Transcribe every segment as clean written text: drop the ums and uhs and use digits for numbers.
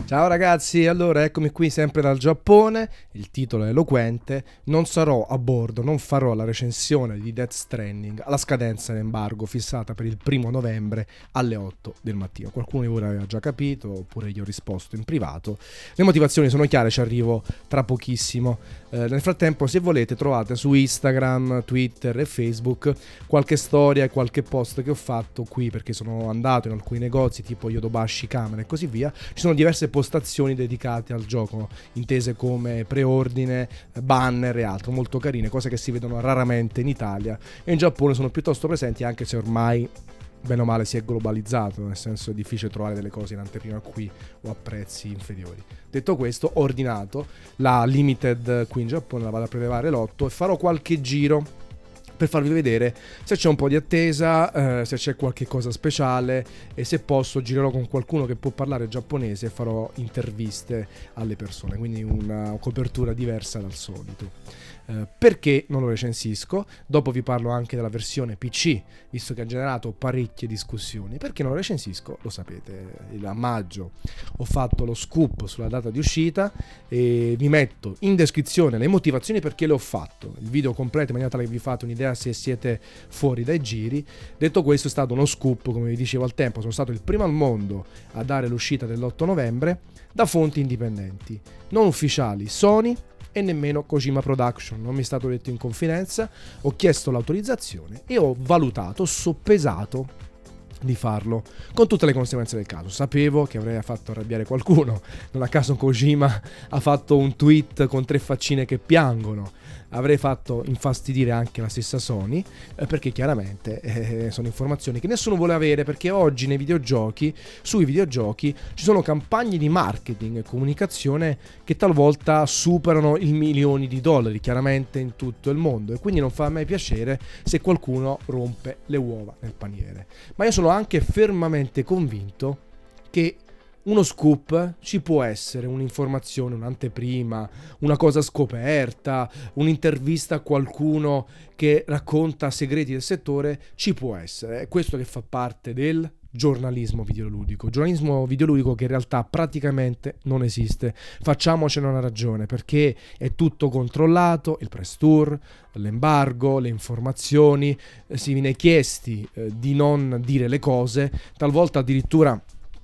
Ciao ragazzi, allora eccomi qui sempre dal Giappone, il titolo è eloquente, non sarò a bordo, non farò la recensione di Death Stranding alla scadenza dell'embargo fissata per il 1° novembre alle 8 del mattino. Qualcuno di voi l'aveva già capito, oppure gli ho risposto in privato. Le motivazioni sono chiare, ci arrivo tra pochissimo. Nel frattempo, se volete, trovate su Instagram, Twitter e Facebook qualche storia e qualche post che ho fatto qui, perché sono andato in alcuni negozi tipo Yodobashi Camera e così via. Ci sono diverse postazioni dedicate al gioco, intese come preordine, banner e altro, molto carine, cose che si vedono raramente in Italia, e in Giappone sono piuttosto presenti, anche se ormai bene o male si è globalizzato, nel senso è difficile trovare delle cose in anteprima qui o a prezzi inferiori. Detto questo, ho ordinato la Limited qui in Giappone, la vado a prelevare l'8 e farò qualche giro per farvi vedere se c'è un po' di attesa, se c'è qualche cosa speciale, e se posso girerò con qualcuno che può parlare giapponese e farò interviste alle persone, quindi una copertura diversa dal solito. Perché non lo recensisco? Dopo vi parlo anche della versione PC, visto che ha generato parecchie discussioni. Perché non lo recensisco? Lo sapete, a maggio ho fatto lo scoop sulla data di uscita e vi metto in descrizione le motivazioni perché le ho fatto, il video completo, in maniera tale che vi fate un'idea se siete fuori dai giri. Detto questo, è stato uno scoop, come vi dicevo al tempo, sono stato il primo al mondo a dare l'uscita dell'8 novembre da fonti indipendenti, non ufficiali Sony e nemmeno Kojima Production. Non mi è stato detto in confidenza, ho chiesto l'autorizzazione e ho valutato, soppesato di farlo con tutte le conseguenze del caso. Sapevo che avrei fatto arrabbiare qualcuno, non a caso Kojima ha fatto un tweet con 3 faccine che piangono, avrei fatto infastidire anche la stessa Sony, perché chiaramente sono informazioni che nessuno vuole avere, perché oggi nei videogiochi, sui videogiochi ci sono campagne di marketing e comunicazione che talvolta superano i milioni di dollari, chiaramente in tutto il mondo, e quindi non fa mai piacere se qualcuno rompe le uova nel paniere. Ma io sono anche fermamente convinto che uno scoop ci può essere, un'informazione, un'anteprima, una cosa scoperta, un'intervista a qualcuno che racconta segreti del settore, ci può essere. È questo che fa parte del giornalismo videoludico che in realtà praticamente non esiste. Facciamocene una ragione, perché è tutto controllato, il press tour, l'embargo, le informazioni, si viene chiesti di non dire le cose, talvolta addirittura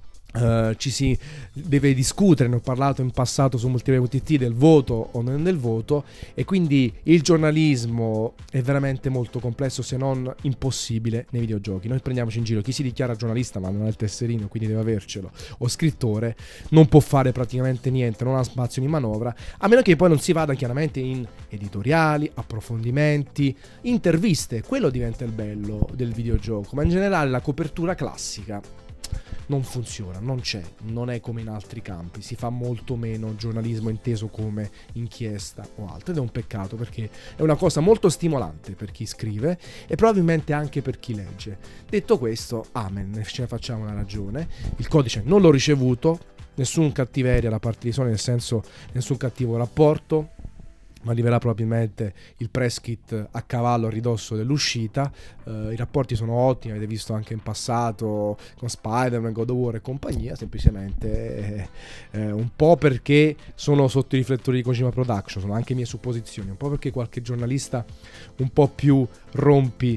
ci si deve discutere. Ne ho parlato in passato su Multiplayer.it del voto o non del voto, e quindi il giornalismo è veramente molto complesso, se non impossibile nei videogiochi. Noi prendiamoci in giro, chi si dichiara giornalista ma non ha il tesserino, quindi deve avercelo, o scrittore, non può fare praticamente niente, non ha spazio di manovra, a meno che poi non si vada chiaramente in editoriali, approfondimenti, interviste. Quello diventa il bello del videogioco, ma in generale la copertura classica non funziona, non c'è, non è come in altri campi, si fa molto meno giornalismo inteso come inchiesta o altro, ed è un peccato, perché è una cosa molto stimolante per chi scrive e probabilmente anche per chi legge. Detto questo, amen, ce ne facciamo una ragione. Il codice non l'ho ricevuto, nessun cattiveria da parte di Sony, nel senso nessun cattivo rapporto, ma arriverà probabilmente il press kit a cavallo a ridosso dell'uscita. I rapporti sono ottimi, avete visto anche in passato con Spider-Man, God of War e compagnia, semplicemente un po' perché sono sotto i riflettori di Kojima Production, sono anche mie supposizioni, un po' perché qualche giornalista un po' più rompi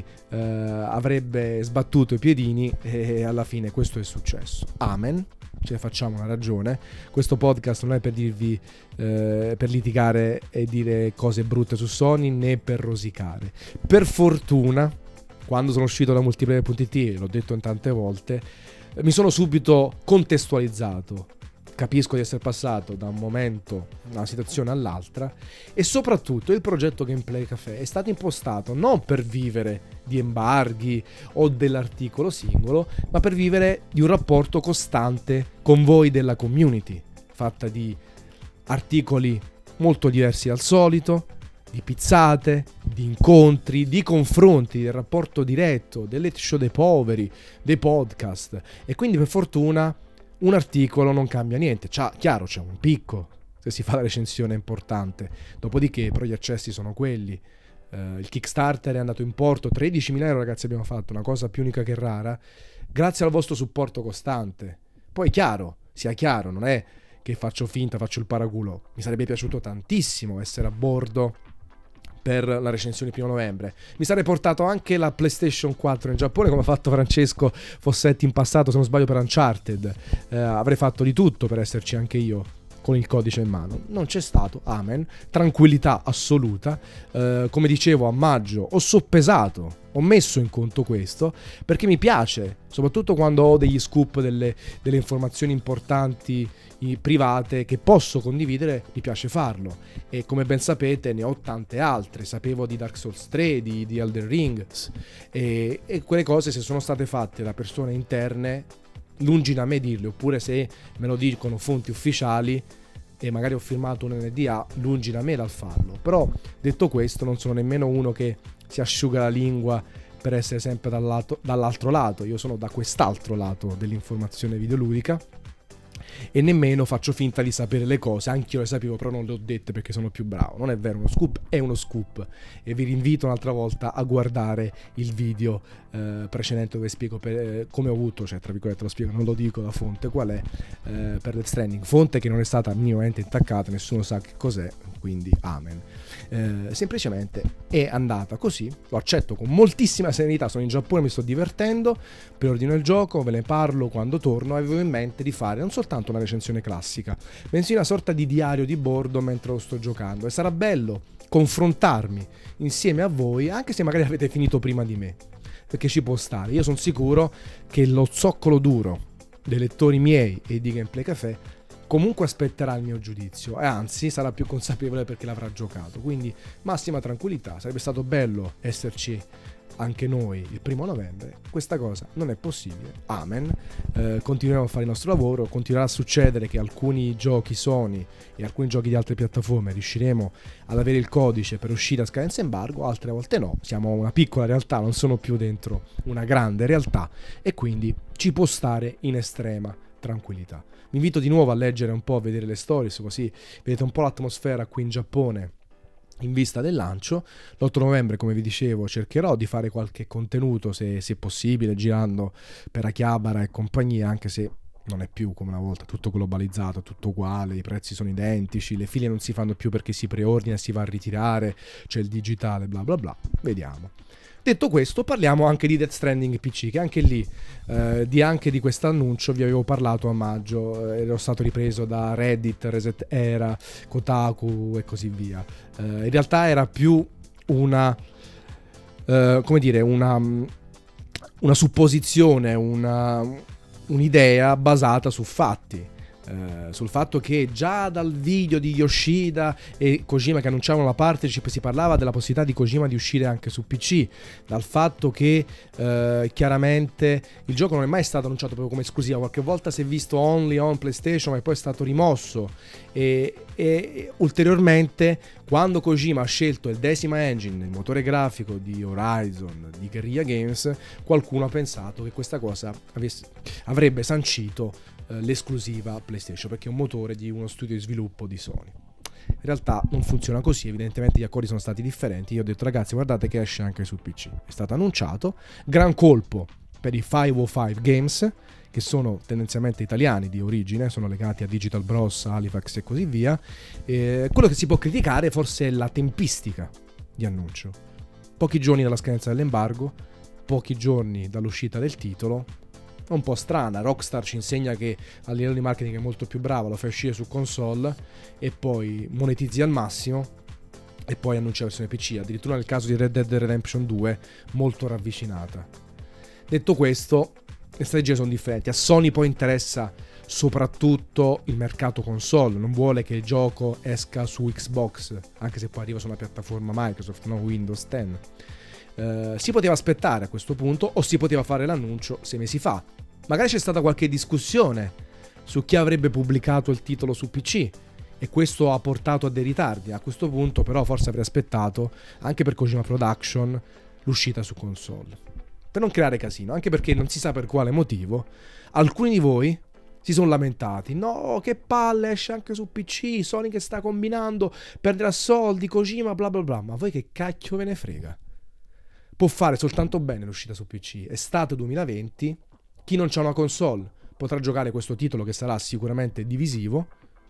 avrebbe sbattuto i piedini, e alla fine questo è successo. Amen. Ce ne facciamo una ragione. Questo podcast non è per dirvi per litigare e dire cose brutte su Sony, né per rosicare. Per fortuna, quando sono uscito da Multiplayer.it, l'ho detto in tante volte, mi sono subito contestualizzato. Capisco di essere passato da un momento, da una situazione all'altra, e soprattutto il progetto Gameplay Café è stato impostato non per vivere di embarghi o dell'articolo singolo, ma per vivere di un rapporto costante con voi della community, fatta di articoli molto diversi dal solito, di pizzate, di incontri, di confronti, del rapporto diretto, del late show dei poveri, dei podcast. E quindi per fortuna un articolo non cambia niente. Chiaro, c'è un picco se si fa la recensione importante, dopodiché però gli accessi sono quelli. Il Kickstarter è andato in porto, 13.000 euro ragazzi abbiamo fatto, una cosa più unica che rara, grazie al vostro supporto costante. Poi chiaro, sia chiaro, non è che faccio il paraculo. Mi sarebbe piaciuto tantissimo essere a bordo per la recensione di 1 novembre. Mi sarei portato anche la PlayStation 4 in Giappone, come ha fatto Francesco Fossetti in passato, se non sbaglio, per Uncharted. Avrei fatto di tutto per esserci anche io con il codice in mano. Non c'è stato, amen. Tranquillità assoluta. Come dicevo, a maggio ho soppesato, ho messo in conto questo, perché mi piace, soprattutto quando ho degli scoop, delle informazioni importanti private che posso condividere, mi piace farlo. E come ben sapete ne ho tante altre. Sapevo di Dark Souls 3, di Elden Ring, e quelle cose, se sono state fatte da persone interne, lungi da me dirle, oppure se me lo dicono fonti ufficiali e magari ho firmato un NDA, lungi da me dal farlo. Però detto questo, non sono nemmeno uno che si asciuga la lingua per essere sempre dall'altro lato. Io sono da quest'altro lato dell'informazione videoludica e nemmeno faccio finta di sapere le cose. Anch'io le sapevo, però non le ho dette perché sono più bravo. Non è vero, uno scoop è uno scoop, e vi rinvito un'altra volta a guardare il video precedente dove spiego come ho avuto, cioè tra virgolette lo spiego, non lo dico la fonte qual è, per Death Stranding, fonte che non è stata minimamente intaccata, nessuno sa che cos'è, quindi amen. Semplicemente è andata così, lo accetto con moltissima serenità. Sono in Giappone, mi sto divertendo, preordino il gioco, ve ne parlo quando torno. Avevo in mente di fare non soltanto una recensione classica, bensì una sorta di diario di bordo mentre lo sto giocando, e sarà bello confrontarmi insieme a voi, anche se magari avete finito prima di me, perché ci può stare. Io sono sicuro che lo zoccolo duro dei lettori miei e di Gameplay Café comunque aspetterà il mio giudizio, e anzi sarà più consapevole perché l'avrà giocato. Quindi massima tranquillità. Sarebbe stato bello esserci anche noi il 1 novembre. Questa cosa non è possibile, amen. Continueremo a fare il nostro lavoro. Continuerà a succedere che alcuni giochi Sony e alcuni giochi di altre piattaforme riusciremo ad avere il codice per uscire a scadenza embargo, altre volte no. Siamo una piccola realtà, non sono più dentro una grande realtà, e quindi ci può stare in estrema tranquillità. Vi invito di nuovo a leggere un po', a vedere le stories, così vedete un po' l'atmosfera qui in Giappone in vista del lancio. L'8 novembre, come vi dicevo, cercherò di fare qualche contenuto, se è possibile, girando per Akihabara e compagnia, anche se non è più come una volta, tutto globalizzato, tutto uguale, i prezzi sono identici, le file non si fanno più perché si preordina e si va a ritirare, c'è il digitale, bla bla bla. Vediamo. Detto questo, parliamo anche di Death Stranding PC, che anche lì, anche di questo annuncio vi avevo parlato a maggio, ero stato ripreso da Reddit, Reset Era, Kotaku e così via. In realtà era più una, come dire, una supposizione, un'idea basata su fatti. Sul fatto che già dal video di Yoshida e Kojima che annunciavano la partnership si parlava della possibilità di Kojima di uscire anche su PC, dal fatto che chiaramente il gioco non è mai stato annunciato proprio come esclusiva, qualche volta si è visto only on PlayStation ma poi è stato rimosso, e ulteriormente quando Kojima ha scelto il Decima Engine, il motore grafico di Horizon, di Guerrilla Games, qualcuno ha pensato che questa cosa avrebbe sancito l'esclusiva PlayStation, perché è un motore di uno studio di sviluppo di Sony. In realtà non funziona così, evidentemente gli accordi sono stati differenti. Io ho detto ragazzi, guardate che esce anche su PC, è stato annunciato, gran colpo per i 505 Games, che sono tendenzialmente italiani di origine, sono legati a Digital Bros, Halifax e così via. Quello che si può criticare forse è la tempistica di annuncio, pochi giorni dalla scadenza dell'embargo, pochi giorni dall'uscita del titolo. È un po' strana. Rockstar ci insegna che a livello di marketing è molto più brava, lo fai uscire su console e poi monetizzi al massimo e poi annuncia la versione PC, addirittura nel caso di Red Dead Redemption 2 molto ravvicinata. Detto questo, le strategie sono differenti. A Sony poi interessa soprattutto il mercato console, non vuole che il gioco esca su Xbox, anche se poi arriva su una piattaforma Microsoft, no Windows 10. Si poteva aspettare a questo punto, o si poteva fare l'annuncio 6 mesi fa. Magari c'è stata qualche discussione su chi avrebbe pubblicato il titolo su PC e questo ha portato a dei ritardi. A questo punto però forse avrei aspettato, anche per Kojima Production, l'uscita su console, per non creare casino, anche perché non si sa per quale motivo alcuni di voi si sono lamentati. No, che palle, esce anche su PC, Sony che sta combinando, perderà soldi, Kojima bla bla bla. Ma voi che cacchio ve ne frega? Può fare soltanto bene l'uscita su PC. Estate 2020, chi non c'ha una console potrà giocare questo titolo che sarà sicuramente divisivo,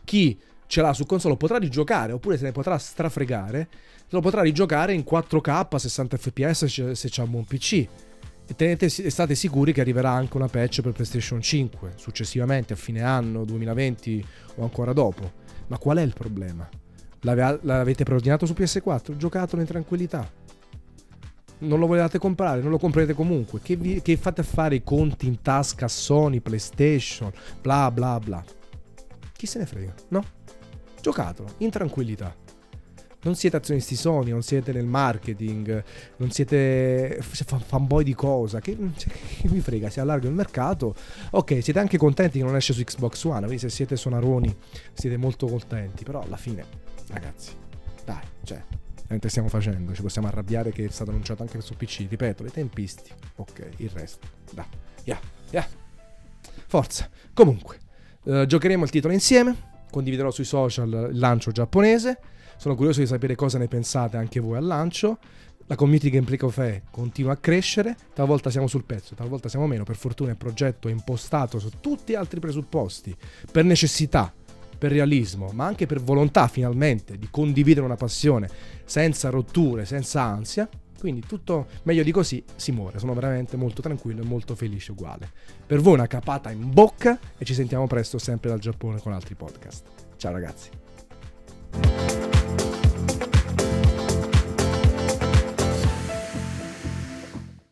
Chi ce l'ha su console lo potrà rigiocare, oppure se ne potrà strafregare, lo potrà rigiocare in 4K a 60 fps se c'ha un buon PC. E state sicuri che arriverà anche una patch per PlayStation 5 successivamente a fine anno 2020 o ancora dopo. Ma qual è il problema? L'avete preordinato su PS4? Giocatelo in tranquillità. Non lo volevate comprare, non lo comprerete comunque. Che fate a fare i conti in tasca a Sony, PlayStation, bla bla bla? Chi se ne frega, no? Giocatelo in tranquillità. Non siete azionisti Sony, non siete nel marketing, non siete fanboy di cosa, che vi frega, si allarga il mercato. Ok, siete anche contenti che non esce su Xbox One, quindi se siete sonaroni siete molto contenti, però alla fine, ragazzi, dai, cioè, veramente stiamo facendo, ci possiamo arrabbiare che è stato annunciato anche su PC, ripeto, le tempisti, ok, il resto, dai, yeah. Forza, comunque, giocheremo il titolo insieme, condividerò sui social il lancio giapponese. Sono curioso di sapere cosa ne pensate anche voi al lancio. La community Gameplay Café continua a crescere, talvolta siamo sul pezzo, talvolta siamo meno. Per fortuna il progetto è impostato su tutti altri presupposti, per necessità, per realismo, ma anche per volontà finalmente di condividere una passione senza rotture, senza ansia. Quindi tutto meglio di così si muore. Sono veramente molto tranquillo e molto felice uguale. Per voi una capata in bocca e ci sentiamo presto sempre dal Giappone con altri podcast. Ciao ragazzi.